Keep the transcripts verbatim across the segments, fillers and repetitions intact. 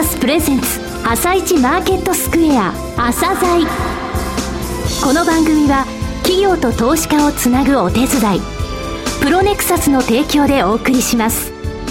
スプレゼンツ朝一マーケットスクエア朝鮮。この番組は企業と投資家をつなぐお手伝いプロネクサスの提供でお送りします。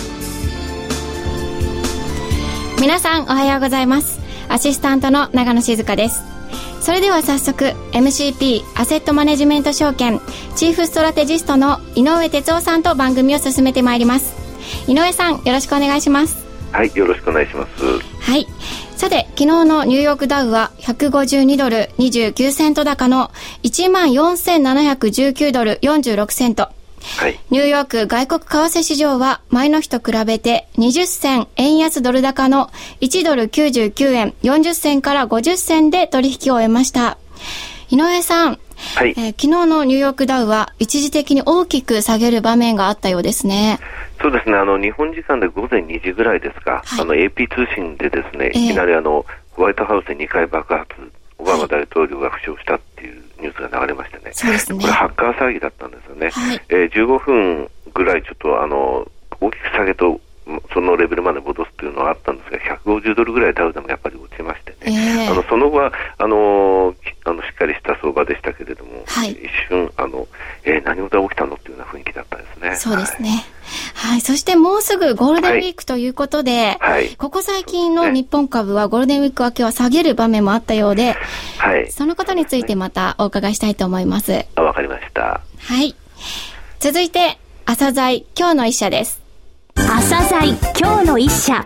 皆さんおはようございます。アシスタントの長野静香です。それでは早速 エムシーピー アセットマネジメント証券チーフストラテジストの井上哲夫さんと番組を進めてまいります。井上さん、よろしくお願いします。 はい、よろしくお願いします。 はい、さて昨日のニューヨークダウはひゃくごじゅうにドルにじゅうきゅうセント高の いちまんよんせんななひゃくじゅうきゅうドルよんじゅうろくセント、はい、ニューヨーク外国為替市場は前の日と比べてにじゅっせん円安ドル高のいちドルきゅうじゅうきゅうえんよんじゅっせんからごじゅっせんで取引を終えました。井上さん、はい、えー、昨日のニューヨークダウは一時的に大きく下げる場面があったようですね。 そうですね、あの日本時間で午前にじぐらいですか、はい、あの エーピー 通信でですね、えー、いきなりあのホワイトハウスでにかい爆発、オバマ大統領が負傷したっていうニュースが流れましてね、 そうですね、 これハッカー騒ぎだったんですよね、はい、えー、じゅうごふんぐらいちょっとあの大きく下げとそのレベルまで戻すというのはあったんですが、ひゃくごじゅうドルぐらいダウでもやっぱり落ちましてね、えー、あのその後はあのあのしっかりした相場でしたけれども、はい、一瞬あの、えー、何事が起きたのっていうような雰囲気だったんですね。 そうですね、はいはい、そしてもうすぐゴールデンウィークということで、はい、ここ最近の日本株はゴールデンウィーク明けは下げる場面もあったようで、はい、そのことについてまたお伺いしたいと思います。 あ、わかりました。 はい、続いて朝鮮今日の一社です。 朝鮮今日の一社、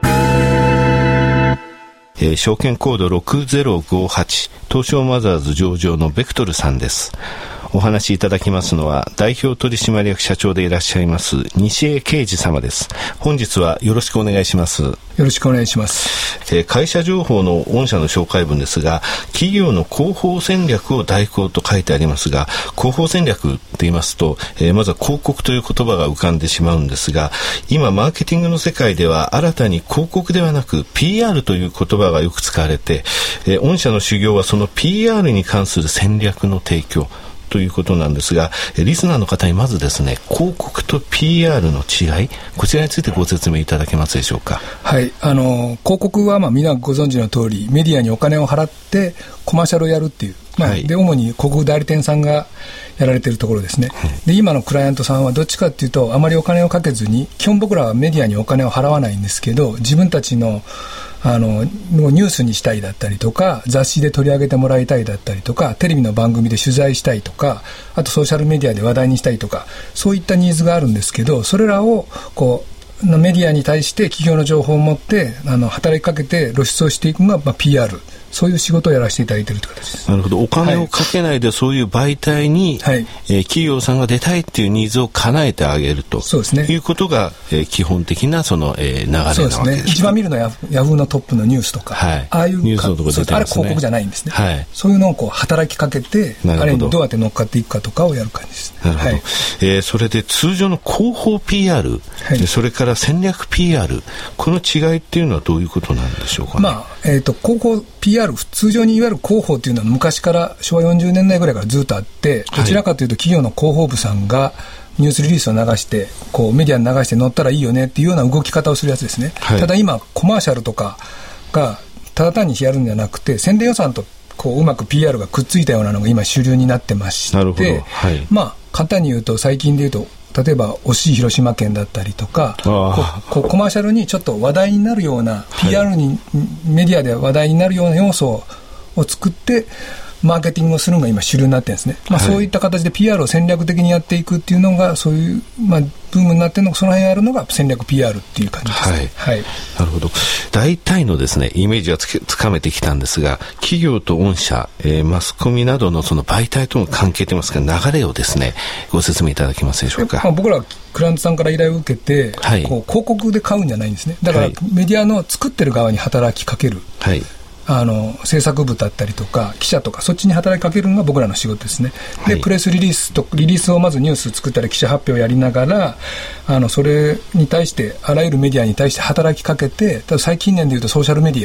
えー、証券コードろくぜろごはち東証マザーズ上場のベクトルさんです。お話しいただきますのは代表取締役社長でいらっしゃいます西江啓二様です。本日はよろしくお願いします。 よろしくお願いします。 えー、会社情報の御社の紹介文ですが、企業の広報戦略を代行と書いてありますが、広報戦略って言いますと、えー、まずは広告という言葉が浮かんでしまうんですが、今マーケティングの世界では新たに広告ではなく ピーアール という言葉がよく使われて、えー、御社の修行はその ピーアール に関する戦略の提供ということなんですが、リスナーの方にまずですね、広告と ピーアール の違い、こちらについてご説明いただけますでしょうか。 はい、あの広告はまあみんなご存知の通りメディアにお金を払ってコマーシャルをやるっていう、まあはい、で主に広告代理店さんがやられているところですね、はい、で今のクライアントさんはどっちかっていうとあまりお金をかけずに、基本僕らはメディアにお金を払わないんですけど、自分たちのあのニュースにしたいだったりとか、雑誌で取り上げてもらいたいだったりとか、テレビの番組で取材したいとか、あとソーシャルメディアで話題にしたいとか、そういったニーズがあるんですけど、それらをこうメディアに対して企業の情報を持ってあの働きかけて露出をしていくのが、まあ、ピーアール、そういう仕事をやらせていただいているという形です。 なるほど、お金をかけないでそういう媒体に、はい、えー、企業さんが出たいっていうニーズを叶えてあげると、そうですね、いうことが、えー、基本的なその、えー、流れなわけですね。そうですね、一番見るのはヤフ、ヤフーのトップのニュースとか、はい、ああいうニュースのところ出てますね。 あれ広告じゃないんですね、はい、そういうのをこう働きかけて、あれにどうやって乗っかっていくかとかをやる感じですね。 なるほど、はい、えー、それで通常の広報 ピーアール、はい、それから戦略 ピーアール、この違いっていうのはどういうことなんでしょうかね。 まあえー、と広報 ピーアール、通常にいわゆる広報というのは昔からしょわよんじゅうねんだいぐらいからずっとあって、どちらかというと企業の広報部さんがニュースリリースを流してこうメディアに流して載ったらいいよねっていうような動き方をするやつですね、はい、ただ今コマーシャルとかがただ単にやるんじゃなくて、宣伝予算とこううまく ピーアール がくっついたようなのが今主流になってまして、なるほど、はい、まあ簡単に言うと最近で言うと例えば惜しい広島県だったりとか、ここコマーシャルにちょっと話題になるような、はい、ピーアール にメディアで話題になるような要素を作ってマーケティングをするのが今主流になってるんですね、まあ、そういった形で ピーアール を戦略的にやっていくっていうのがそういう、まあ、ブームになっているのが、その辺あるのが戦略 ピーアール っていう感じですね、はいはい、 なるほど。大体のですねイメージはつけつかめてきたんですが、企業と御社、えー、マスコミなどのその媒体との関係といいますか流れをですねご説明いただけますでしょうか。 まあ、僕らクライアントさんから依頼を受けて、はい、こう広告で買うんじゃないんですね。だからメディアの作ってる側に働きかける、はい、あの制作部だったりとか記者とかそっちに働きかけるのが僕らの仕事ですね。で、はい、プレスリリースとリリースをまずニュース作ったり記者発表をやりながら、あのそれに対してあらゆるメディアに対して働きかけて、最近年でいうとソーシャルメディア、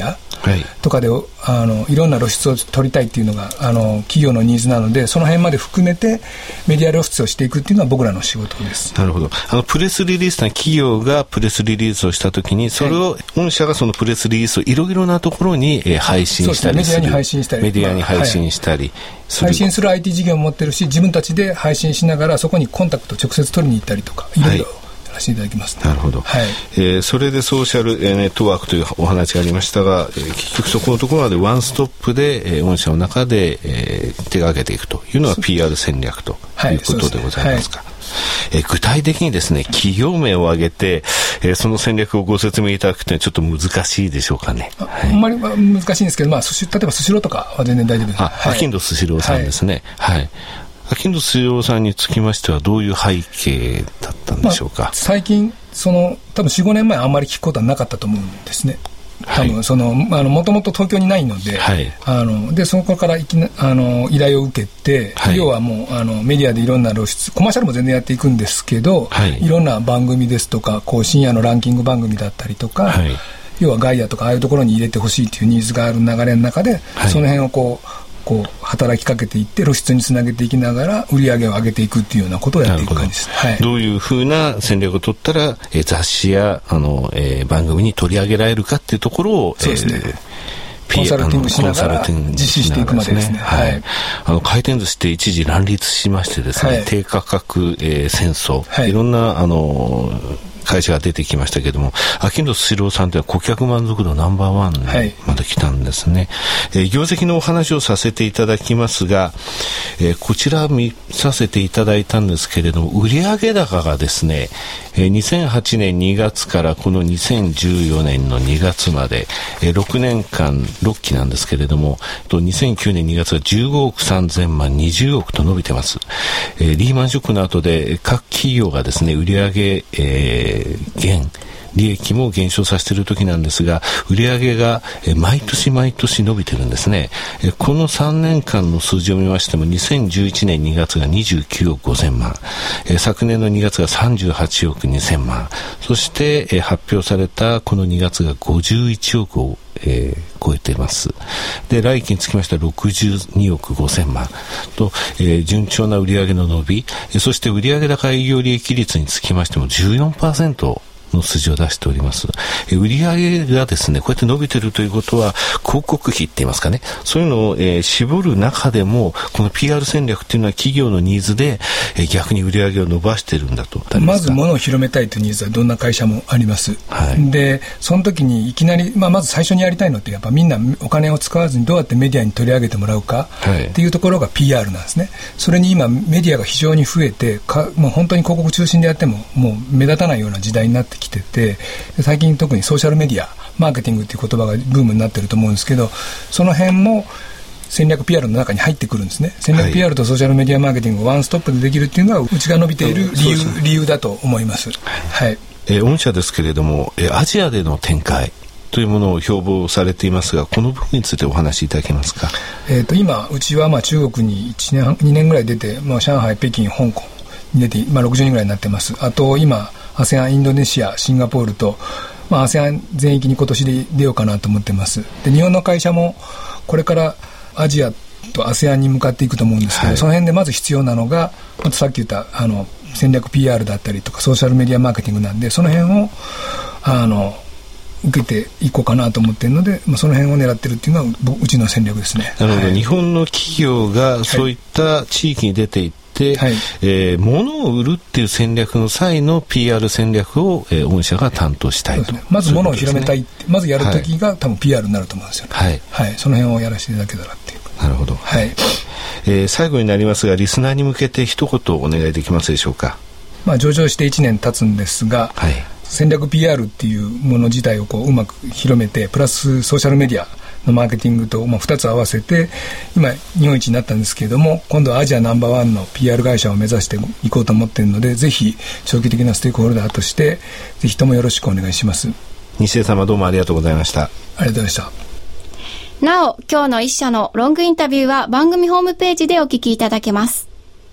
とかで、はい、あのいろんな露出を取りたいっていうのがあの企業のニーズなので、その辺まで含めてメディア露出をしていくっていうのは僕らの仕事です。 なるほど。あのプレスリリースな企業がプレスリリースをしたときに、それを御社がそのプレスリリースをいろいろなところに、えー、配信したりする、 メディアに配信したり、 メディアに配信したりする、 配信する アイティー 事業も持ってるし、自分たちで配信しながらそこにコンタクト直接取りに行ったりとか、いろいろ、はいやらせていただきます、ね、 なるほど、はいえー、それでソーシャルネットワークというお話がありましたが、えー、結局そこのところまでワンストップで、えー、御社の中で、えー、手がけていくというのは ピーアール 戦略ということでございますか。はいえー、具体的にですね企業名を挙げて、えー、その戦略をご説明いただくというのはちょっと難しいでしょうかね。 あ、はい、あんまり難しいんですけど、まあ、例えばスシローとかは全然大丈夫です。 あ、はい、アキンドスシローさんですね。はい、はいアキンドスシローさんにつきましてはどういう背景だったんでしょうか。まあ、 最近その多分 よん,ご 年前あんまり聞くことはなかったと思うんですね。多分そのもともと東京にないので、はい、あのでそこからいきなあの依頼を受けて、はい、要はもうあのメディアでいろんな露出コマーシャルも全然やっていくんですけど、はい、いろんな番組ですとかこう深夜のランキング番組だったりとか、はい、要はガイアとかああいうところに入れてほしいというニーズがある流れの中で、はい、その辺をこうこう働きかけていって露出につなげていきながら売り上げを上げていくっていうようなことをやっていく感じです。 はい、どういうふうな戦略を取ったら、えー、雑誌やあの、えー、番組に取り上げられるかっていうところをそうですね、えーコンサルティングしながら実施していくまでですね。 はい。あの回転寿司って一時乱立しましてですね、はい、低価格、えー、戦争、はい、いろんなあの会社が出てきましたけれども、アキンドスシローさんというのは顧客満足度ナンバーワンまで来たんですね。はい、えー、業績のお話をさせていただきますが、えー、こちら見させていただいたんですけれども、売上高がですね、えー、にせんはちねんにがつからこのにせんじゅうよねんのにがつまで、えー、ろくねんかんろっきなんですけれども、とにせんきゅうねんにがつはじゅうごおくさんぜんまん、にじゅうおくと伸びてます。えー、リーマンショックの後で各企業がですね、売上、えー減利益も減少させている時なんですが、売上が毎年毎年伸びてるんですね。このさんねんかんの数字を見ましても、にせんじゅういちねんにがつがにじゅうきゅうおくごせんまん、昨年のにがつがさんじゅうはちおくにせんまん、そして発表されたこのにがつがごじゅういちおくをえー、超えています。で、来期につきましてはろくじゅうにおくごせんまんと、えー、順調な売上の伸び、そして売上高営業利益率につきましても じゅうよんパーセントの数字を出しております。え売上がですね、こうやって伸びているということは、広告費って言いますかね、そういうのを、えー、絞る中でも、この ピーアール 戦略っていうのは企業のニーズで、えー、逆に売上を伸ばしているんだと。 まず物を広めたいというニーズはどんな会社もあります。はい、で、その時にいきなり、まあ、まず最初にやりたいのって、やっぱみんなお金を使わずにどうやってメディアに取り上げてもらうかっていうところが ピーアール なんですね。それに今メディアが非常に増えて、かもう本当に広告中心でやってももう目立たないような時代になってきてて、最近特にソーシャルメディアマーケティングという言葉がブームになってると思うんですけど、その辺も戦略 ピーアール の中に入ってくるんですね。戦略 ピーアール とソーシャルメディアマーケティングをワンストップでできるっていうのは、うちが伸びている理由、理由だと思います。はい。 えー、御社ですけれども、えー、アジアでの展開というものを標榜されていますが、この部分についてお話しいただけますか。 えー、と今うちはまあ中国にいちねんにねんぐらい出て、まあ、上海、北京、香港に出て、まあ、ろくじゅうにんぐらいになってます。あと今 アセアン、インドネシア、シンガポールと、まあ、アセアン 全域に今年で出ようかなと思ってます。で、日本の会社もこれからアジアと アセアン に向かっていくと思うんですけど、はい、その辺でまず必要なのが、まずさっき言ったあの戦略 ピーアール だったりとかソーシャルメディアマーケティングなんで、その辺をあの受けていこうかなと思っているので、まあ、その辺を狙っているっていうのはうちの戦略ですね。 なるほど、 はい、 日本の企業がそういった地域に出ていって、はい、えー、物を売るっていう戦略の際の ピーアール 戦略を、えー、御社が担当したいと。 ね、まず物を広めたい、ね、まずやるときが、はい、多分 ピーアール になると思うんですよね。はいはい、その辺をやらせていただけたらっていう。 なるほど、はい、えー、最後になりますが、リスナーに向けて一言お願いできますでしょうか。 まあ、上場していちねん経つんですが、はい、戦略 ピーアール っていうもの自体をこううまく広めて、プラスソーシャルメディアのマーケティングと、まあ、ふたつ合わせて今日本一になったんですけれども、今度はアジアナンバーワンの ピーアール 会社を目指していこうと思っているので、ぜひ長期的なステークホルダーとしてぜひともよろしくお願いします。 西江様、どうもありがとうございました。 ありがとうございました。 なお、今日の一社のロングインタビューは番組ホームページでお聞きいただけます。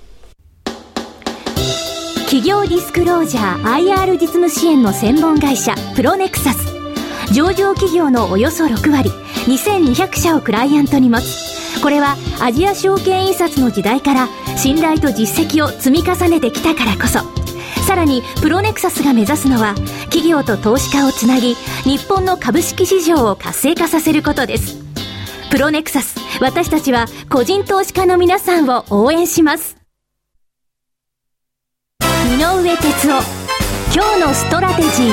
企業ディスクロージャー アイアール 実務支援の専門会社プロネクサス。上場企業のおよそろくわり、 にせんにひゃくしゃをクライアントに持つ。これはアジア証券印刷の時代から信頼と実績を積み重ねてきたからこそ。さらにプロネクサスが目指すのは企業と投資家をつなぎ、日本の株式市場を活性化させることです。プロネクサス、私たちは個人投資家の皆さんを応援します。井上哲夫、今日のストラテジー。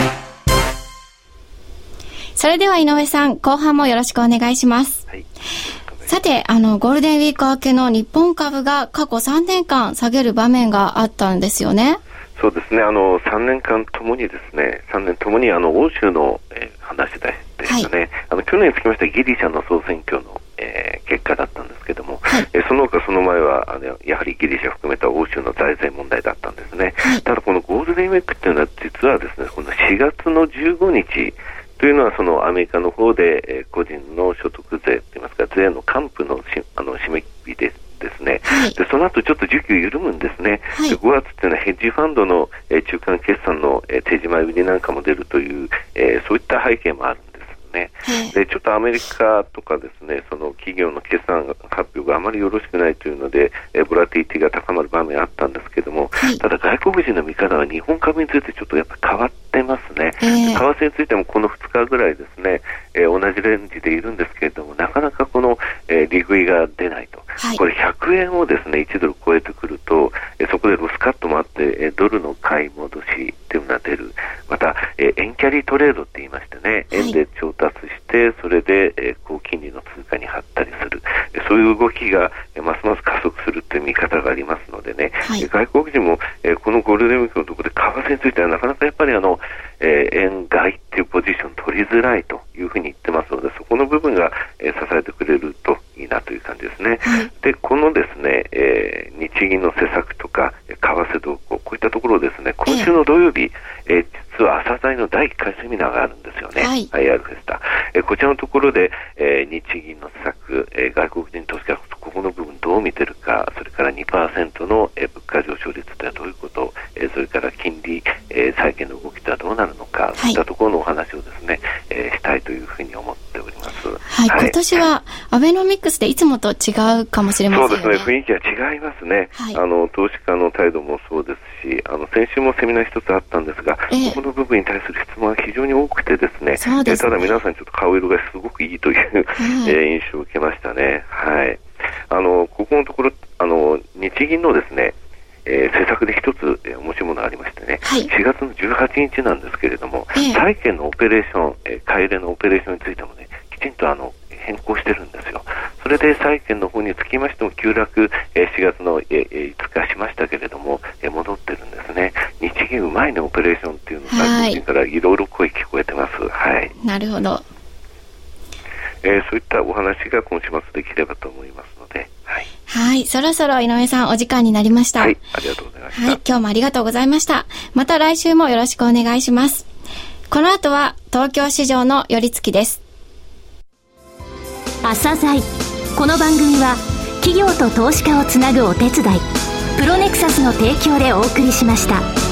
それでは井上さん、後半もよろしくお願いします。はい、さて、あのゴールデンウィーク明けの日本株が過去さんねんかん下げる場面があったんですよね。 そうですね、あのさんねんかんともにですね、さんねんともにあの欧州の、えー、話でしたね、はい、あの去年につきましてはギリシャの総選挙の、えー、結果だったんですけども、はい、えー、その他その前はあのやはりギリシャ含めた欧州の財政問題だったんですね、はい、ただこのゴールデンウィークっていうのは実はですね、このしがつのじゅうごにちというのはそのアメリカの方で、えー、個人の所得税といいますか税の還付のしあの締め切りですですね、はい、でその後ちょっと需給緩むんですね、はい、でごがつっていうのはヘッジファンドの、えー、中間決算の、えー、手締まい売りなんかも出るという、えー、そういった背景もあるんですね、はい、でちょっとアメリカとかですね、その企業の決算発表があまりよろしくないというので、えー、ボラティティが高まる場面あったんですけども、はい、ただ外国人の見方は日本株についてちょっとやっぱり変わってますね、えー、為替についてもこのふつかぐらいですね、えー、同じレンジでいるんですけれども、なかなかこの、えー、利食いが出ないと、はい、これひゃくえんをですねいちドル超えてくると、えー、そこでロスカットもあって、えー、ドルの買い戻しというのが出る。また、えー、円キャリートレードって言いましてね、円で調達してそれで、えー、高金利の通貨に貼ったりする、えー、そういう動きが、えー、ますます加速するという見方がありますのでね、はい、えー、外国人も、えー、このゴールデンウィークのところで為替についてはなかなかやっぱりあの、えー、円買いっていうポジション取りづらいというふうに言ってますので、そこの部分が、えー、支えてくれるといいなという感じですね、はい、でこのですね、えー、日銀の施策とか為替動向、こういったところをですね、今週の土曜日、えー、実は朝鮮のだいいっかいセミナーがあるんですよね、はい、アイアール フェスタ、えー、こちらのところで、えー、日銀の施策、えー、外国人投資家ここの部分どう見てるか、それから にパーセント の、えー、物価上昇率とはどういうこと、えー、それから金利、えー、債券の動きとはどうなるのか、はい、そういったところのお話をですね、えー、したいというふうに思っております。 はい、はい、今年はアベノミクスでいつもと違うかもしれませんよね。 そうですね、雰囲気は違いますね、はい、あの投資家の態度もそうですし、あの先週もセミナー一つあったんですが、えー、ここの部分に対する質問が非常に多くてですね、そうですね、えー、ただ皆さんちょっと顔色がすごくいいという、はい、えー、印象を受けましたね。はい、あのここのところあの日銀のですね、えー、政策で一つ、えー、面白いものがありましてね、はい、しがつのじゅうはちにちなんですけれども、えー、債券のオペレーション、えー、買い入れのオペレーションについてもね、きちんとあの変更してるんですよ。それで債券の方につきましても急落、えー、しがつの、えー、いつかしましたけれども、えー、戻ってるんですね。日銀うまいねオペレーションっていうのが外国人からいろいろ声聞こえてます。はい。 なるほど。 えー、そういったお話が今週末できればと思いますので、はい。 はい、そろそろ井上さんお時間になりました。 はい、ありがとうございました。 はい、今日もありがとうございました。また来週もよろしくお願いします。この後は東京市場の寄り付きです。 朝鮮、この番組は企業と投資家をつなぐお手伝い、プロネクサスの提供でお送りしました。